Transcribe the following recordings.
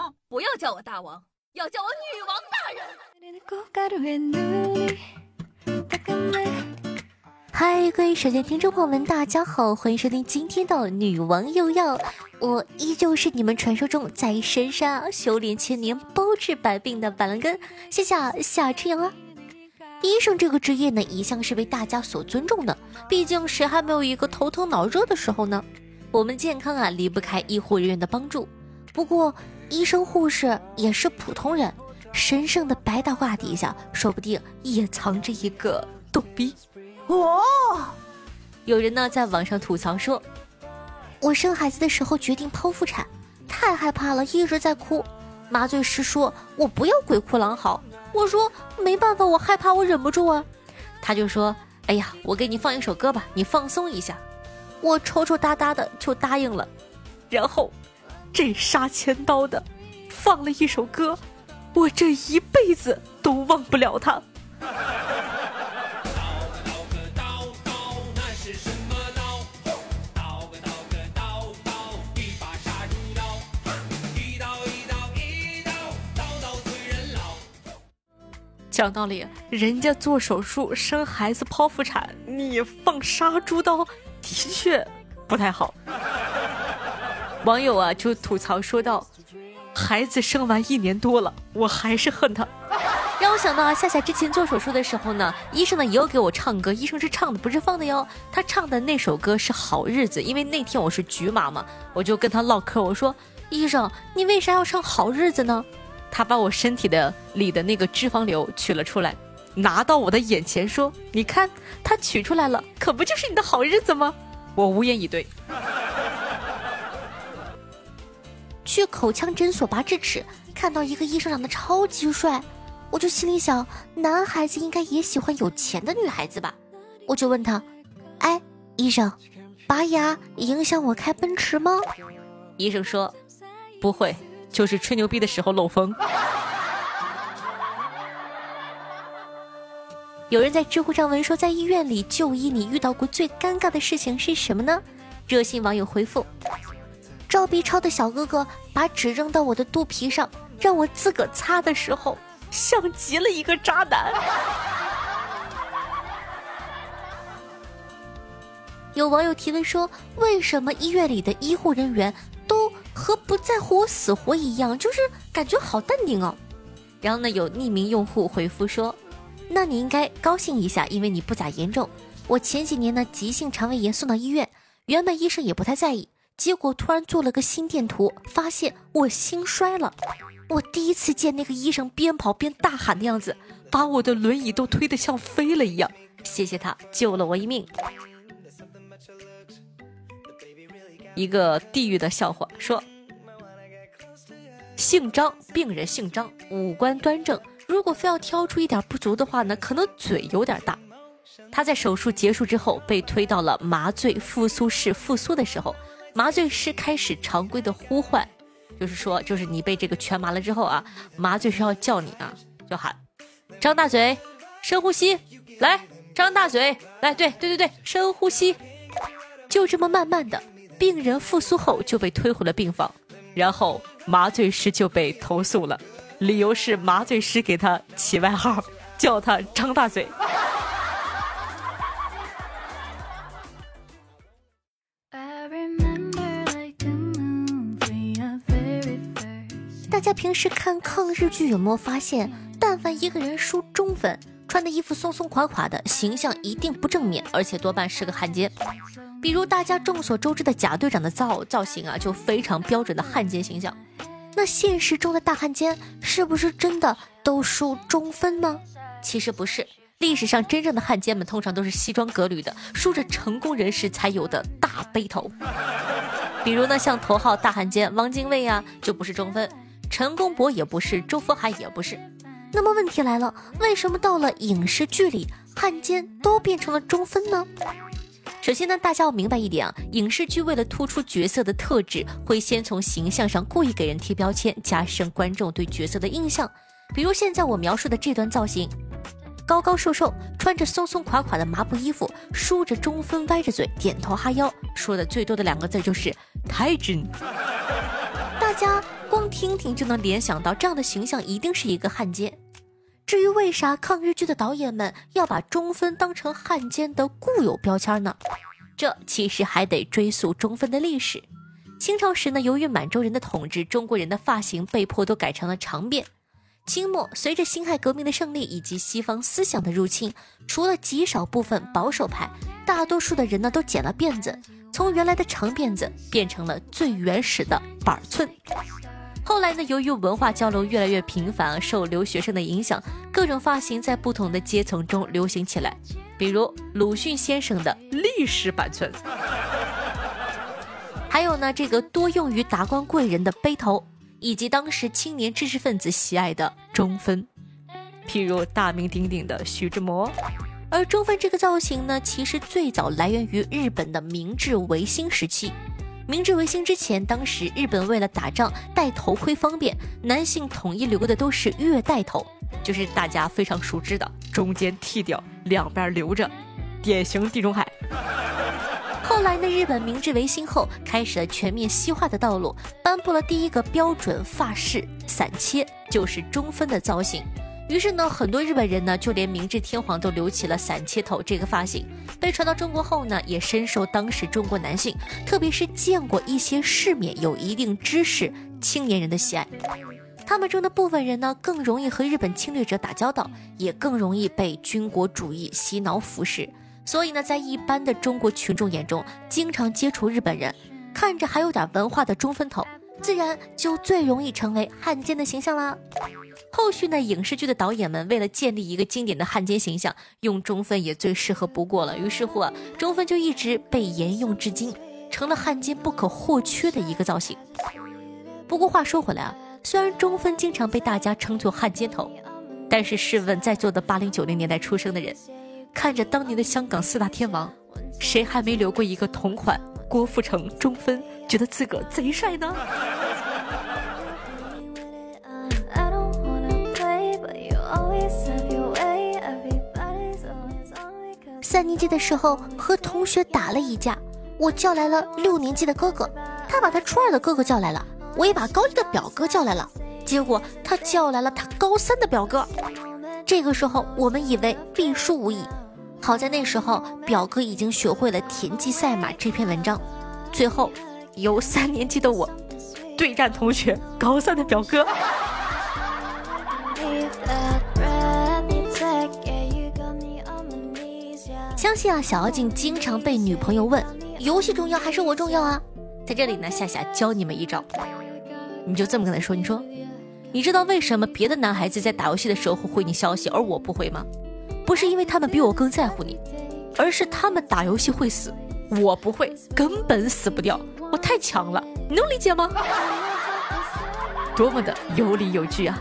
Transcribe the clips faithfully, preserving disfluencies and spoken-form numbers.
不要叫我大王，要叫我女王大人。 嗨，各位手机听众朋友们，大家好，欢迎收听今天的女王又要。我依旧是你们传说中在深山修炼千年、包治百病的板蓝根，谢谢夏春阳啊。医生这个职业呢，一向是被大家所尊重的，毕竟谁还没有一个头疼脑热的时候呢？我们健康啊，离不开医护人员的帮助。不过，医生护士也是普通人，神圣的白大褂底下，说不定也藏着一个逗逼。哦，有人呢在网上吐槽说，我生孩子的时候决定剖腹产，太害怕了，一直在哭。麻醉师说我不要鬼哭狼嚎，我说没办法，我害怕，我忍不住啊。他就说，哎呀，我给你放一首歌吧，你放松一下。我抽抽搭搭的就答应了，然后这杀千刀的放了一首歌，我这一辈子都忘不了他。讲道理，人家做手术生孩子剖腹产，你放杀猪刀的确不太好。网友啊就吐槽说道，孩子生完一年多了，我还是恨他。让我想到啊，夏夏之前做手术的时候呢，医生呢也有给我唱歌，医生是唱的不是放的哟。他唱的那首歌是好日子，因为那天我是局麻嘛，我就跟他唠嗑，我说医生你为啥要唱好日子呢？他把我身体的里的那个脂肪瘤取了出来，拿到我的眼前说，你看他取出来了，可不就是你的好日子吗？我无言以对。去口腔诊所拔智齿，看到一个医生长得超级帅，我就心里想，男孩子应该也喜欢有钱的女孩子吧。我就问他，哎，医生，拔牙影响我开奔驰吗？医生说不会，就是吹牛逼的时候漏风。有人在知乎上问说，在医院里就医你遇到过最尴尬的事情是什么呢？热心网友回复，赵 B 超的小哥哥把纸扔到我的肚皮上，让我自个擦的时候，像极了一个渣男。有网友提问说，为什么医院里的医护人员都和不在乎我死活一样，就是感觉好淡定哦。然后呢，有匿名用户回复说，那你应该高兴一下，因为你不咋严重。我前几年呢急性肠胃炎送到医院，原本医生也不太在意，结果突然做了个心电图，发现我心衰了。我第一次见那个医生边跑边大喊的样子，把我的轮椅都推得像飞了一样，谢谢他救了我一命。一个地狱的笑话说，姓张，病人姓张，五官端正，如果非要挑出一点不足的话呢，可能嘴有点大。他在手术结束之后被推到了麻醉复苏室复苏的时候，麻醉师开始常规的呼唤，就是说就是你被这个全麻了之后啊，麻醉师要叫你啊，就喊张大嘴，深呼吸，来张大嘴，来对对对对，深呼吸。就这么慢慢的，病人复苏后就被推回了病房，然后麻醉师就被投诉了，理由是麻醉师给他起外号，叫他张大嘴。大家平时看抗日剧有没有发现，但凡一个人梳中分，穿的衣服松松垮垮的，形象一定不正面，而且多半是个汉奸。比如大家众所周知的贾队长的造造型啊，就非常标准的汉奸形象。那现实中的大汉奸是不是真的都梳中分呢？其实不是，历史上真正的汉奸们通常都是西装革履的，梳着成功人士才有的大背头。比如呢，像头号大汉奸汪精卫啊，就不是中分，陈公博也不是，周佛海也不是。那么问题来了，为什么到了影视剧里，汉奸都变成了中分呢？首先呢，大家要明白一点啊，影视剧为了突出角色的特质，会先从形象上故意给人贴标签，加深观众对角色的印象。比如现在我描述的这段造型，高高瘦瘦，穿着松松垮垮的麻布衣服，梳着中分，歪着嘴，点头哈腰，说的最多的两个字就是太真。大家光听听就能联想到这样的形象一定是一个汉奸。至于为啥抗日剧的导演们要把中分当成汉奸的固有标签呢？这其实还得追溯中分的历史。清朝时呢，由于满洲人的统治，中国人的发型被迫都改成了长辫。清末随着辛亥革命的胜利以及西方思想的入侵，除了极少部分保守派，大多数的人呢都剪了辫子，从原来的长辫子变成了最原始的板寸。后来呢，由于文化交流越来越频繁，受留学生的影响，各种发型在不同的阶层中流行起来，比如鲁迅先生的历史板寸，还有呢这个多用于达官贵人的背头，以及当时青年知识分子喜爱的中分，譬如大名鼎鼎的徐志摩。而中分这个造型呢，其实最早来源于日本的明治维新时期。明治维新之前，当时日本为了打仗戴头盔方便，男性统一留的都是月带头，就是大家非常熟知的中间剃掉，两边留着，典型地中海。后来呢，日本明治维新后开始了全面西化的道路，颁布了第一个标准发式散切，就是中分的造型。于是呢，很多日本人呢，就连明治天皇都留起了散切头这个发型。被传到中国后呢，也深受当时中国男性，特别是见过一些世面、有一定知识青年人的喜爱。他们中的部分人呢，更容易和日本侵略者打交道，也更容易被军国主义洗脑腐蚀。所以呢，在一般的中国群众眼中，经常接触日本人，看着还有点文化的中分头，自然就最容易成为汉奸的形象啦。后续呢，影视剧的导演们为了建立一个经典的汉奸形象，用中分也最适合不过了。于是乎啊，中分就一直被沿用至今，成了汉奸不可或缺的一个造型。不过话说回来啊，虽然中分经常被大家称作汉奸头，但是试问在座的八零九零年代出生的人，看着当年的香港四大天王，谁还没留过一个同款郭富城中分，觉得自个贼帅呢？三年级的时候和同学打了一架，我叫来了六年级的哥哥，他把他初二的哥哥叫来了，我也把高一的表哥叫来了，结果他叫来了他高三的表哥。这个时候我们以为必输无疑，好在那时候表哥已经学会了田忌赛马这篇文章，最后由三年级的我对战同学高三的表哥。相信啊，小妖精经常被女朋友问游戏重要还是我重要啊？在这里呢，夏夏教你们一招，你就这么跟他说，你说你知道为什么别的男孩子在打游戏的时候会回你消息，而我不会吗？不是因为他们比我更在乎你，而是他们打游戏会死，我不会，根本死不掉，我太强了，你能理解吗？多么的有理有据啊！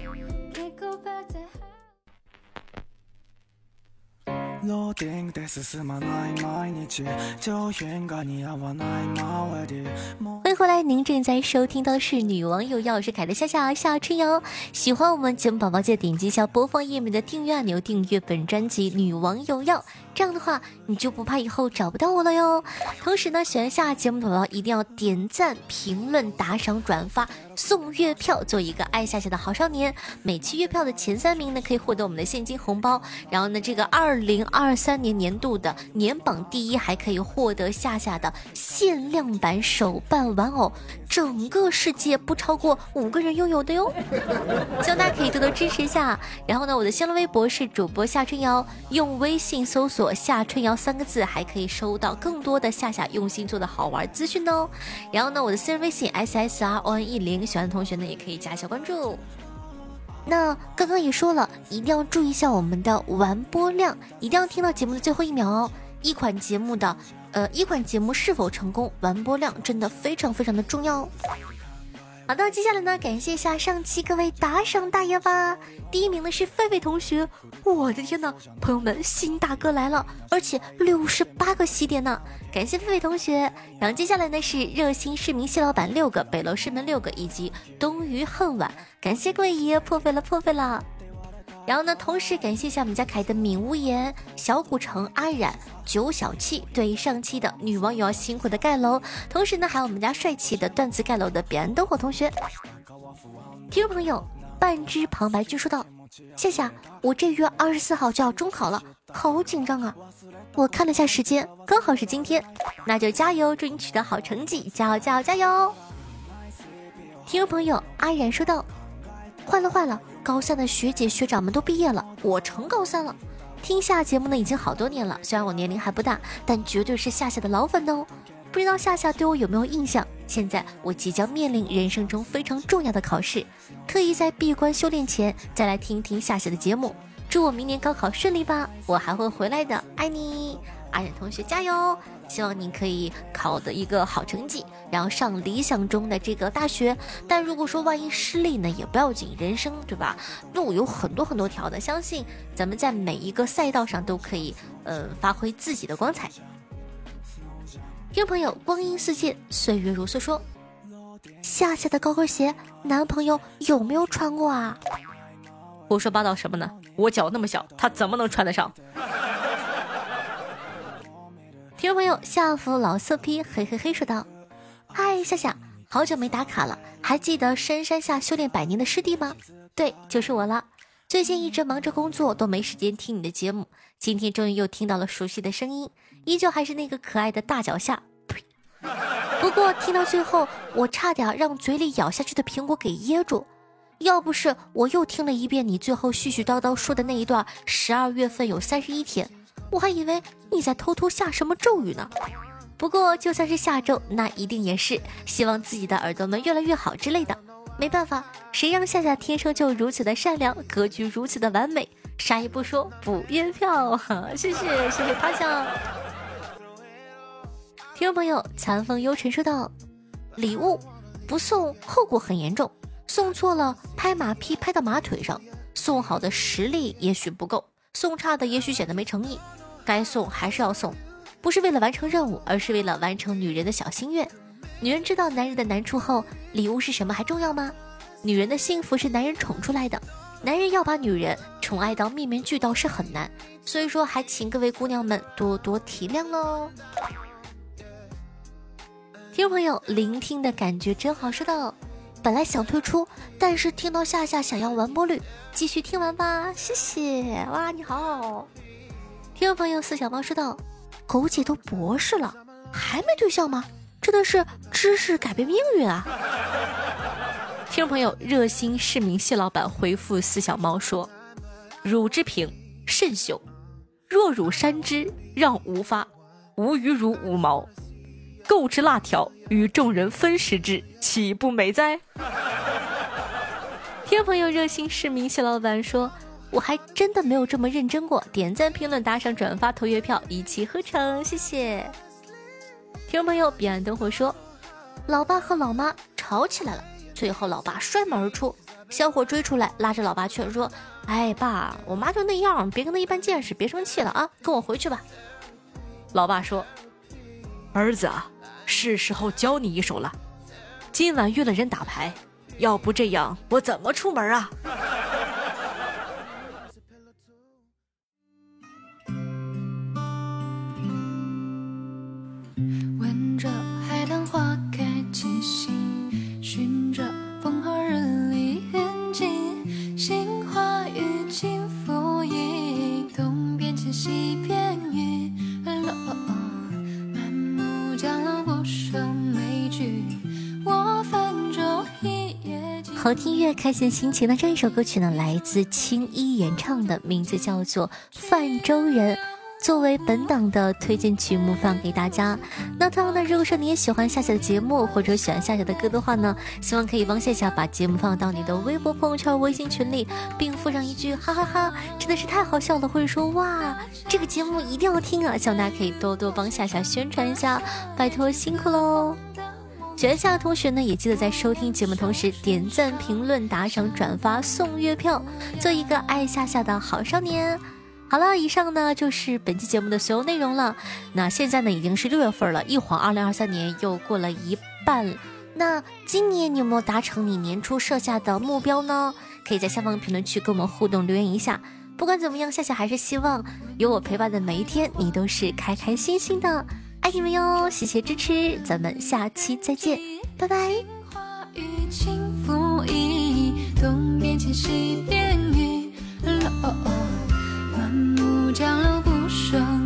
欢迎回来，您正在收听到的是女王有药，我是凯的夏夏夏春瑶。喜欢我们节目宝宝记得点击一下播放页面的订阅按钮，订阅本专辑女王有药，这样的话你就不怕以后找不到我了哟。同时呢，喜欢下节目的宝宝一定要点赞、评论、打赏、转发，送月票，做一个爱夏夏的好少年。每期月票的前三名呢，可以获得我们的现金红包。然后呢，这个二零二三年年度的年榜第一，还可以获得夏夏的限量版手办玩偶，整个世界不超过五个人拥有的哟。希望大家可以多多支持一下。然后呢，我的新浪微博是主播夏春瑶，用微信搜索夏春瑶三个字，还可以收到更多的夏夏用心做的好玩资讯哦。然后呢，我的私人微信 S S R O N 一零，喜欢的同学呢也可以加一下关注。那刚刚也说了，一定要注意一下我们的完播量，一定要听到节目的最后一秒哦。一款节目的呃，一款节目是否成功，完播量真的非常非常的重要哦。好的，接下来呢，感谢一下上期各位打赏大爷吧。第一名呢是狒狒同学，我的天呐，朋友们，新大哥来了，而且六十八个喜点呢，感谢狒狒同学。然后接下来呢是热心市民谢老板六个，北楼市民六个，以及冬鱼恨晚，感谢各位爷破费了破费了。 然后呢，同时感谢一下我们家凯的敏无言、小古城、阿冉、九小气，对上期的女网友辛苦的盖楼，同时呢还有我们家帅气的段子盖楼的彼岸灯火同学。听众朋友半只旁白君说道：夏夏，我这月二十四号就要中考了，好紧张啊！我看了下时间，刚好是今天，那就加油，祝你取得好成绩，加油加油加油！听众朋友阿冉说道：坏了坏了，高三的学姐学长们都毕业了，我成高三了。听夏节目呢已经好多年了，虽然我年龄还不大，但绝对是夏夏的老粉哦。不知道夏夏对我有没有印象？现在我即将面临人生中非常重要的考试，特意在闭关修炼前再来听听夏夏的节目，祝我明年高考顺利吧，我还会回来的，爱你，阿冉同学加油！希望你可以考的一个好成绩，然后上理想中的这个大学。但如果说万一失利呢，也不要紧，人生对吧？路有很多很多条的，相信咱们在每一个赛道上都可以，呃，发挥自己的光彩。听众朋友，光阴似箭，岁月如梭说，夏夏的高跟鞋，男朋友有没有穿过啊？胡说八道什么呢？我脚那么小，他怎么能穿得上？听众朋友夏福老色批嘿嘿嘿说道：嗨夏夏，好久没打卡了，还记得深山下修炼百年的师弟吗？对，就是我了。最近一直忙着工作，都没时间听你的节目，今天终于又听到了熟悉的声音，依旧还是那个可爱的大脚下。不过听到最后，我差点让嘴里咬下去的苹果给噎住，要不是我又听了一遍你最后絮絮叨叨说的那一段十二月份有三十一天，我还以为你在偷偷下什么咒语呢。不过就算是下咒，那一定也是希望自己的耳朵们越来越好之类的。没办法，谁让夏夏天生就如此的善良，格局如此的完美，啥也不说补月票，谢谢谢谢趴下。听众朋友残风幽沉说道：礼物不送后果很严重，送错了拍马屁拍到马腿上，送好的实力也许不够，送差的也许显得没诚意，该送还是要送，不是为了完成任务，而是为了完成女人的小心愿。女人知道男人的难处后，礼物是什么还重要吗？女人的幸福是男人宠出来的，男人要把女人宠爱到面面俱到是很难，所以说还请各位姑娘们多多体谅喽。听众朋友聆听的感觉真好，说道：本来想退出，但是听到夏夏想要完播率，继续听完吧，谢谢。哇，你好。听众朋友四小猫说道：狗姐都博士了，还没对象吗？真的是知识改变命运啊。听众朋友热心市民谢老板回复四小猫说：汝之平甚朽，若汝山之，让无发，无鱼如无毛，购之辣条，与众人分食之，岂不美哉？听众朋友热心市民谢老板说：我还真的没有这么认真过，点赞评论打赏转发投月票一气呵成，谢谢。听众朋友彼岸灯火说：老爸和老妈吵起来了，最后老爸摔门而出，小伙追出来拉着老爸劝说：哎爸，我妈就那样，别跟她一般见识，别生气了啊，跟我回去吧。老爸说：儿子啊，是时候教你一手了，今晚约了人打牌，要不这样我怎么出门啊？ 闻着海棠花开气息，寻着风和日丽痕迹，杏花雨情拂衣，东边晴西边雨落，满目江浪不胜枚举，我泛舟一叶惊。 好听乐开心心情的这一首歌曲呢，来自青衣演唱的，名字叫做《泛舟人》，作为本档的推荐曲目放给大家。那同样的，如果说你也喜欢夏夏的节目，或者喜欢夏夏的歌的话呢，希望可以帮夏夏把节目放到你的微博、朋友圈、微信群里，并附上一句哈哈哈，真的是太好笑了，或者说哇，这个节目一定要听啊！希望大家可以多多帮夏夏宣传一下，拜托辛苦喽。喜欢夏夏同学呢，也记得在收听节目同时点赞、评论、打赏、转发、送月票，做一个爱夏夏的好少年。好了，以上呢就是本期节目的所有内容了。那现在呢已经是六月份了，一晃二零二三年又过了一半。那今年你有没有达成你年初设下的目标呢？ 可以在下方评论区跟我们互动留言一下。不管怎么样，夏夏还是希望有我陪伴的每一天，你都是开开心心的。爱你们哟，谢谢支持，咱们下期再见，拜拜。东边千溪边雨落，满目江流不收。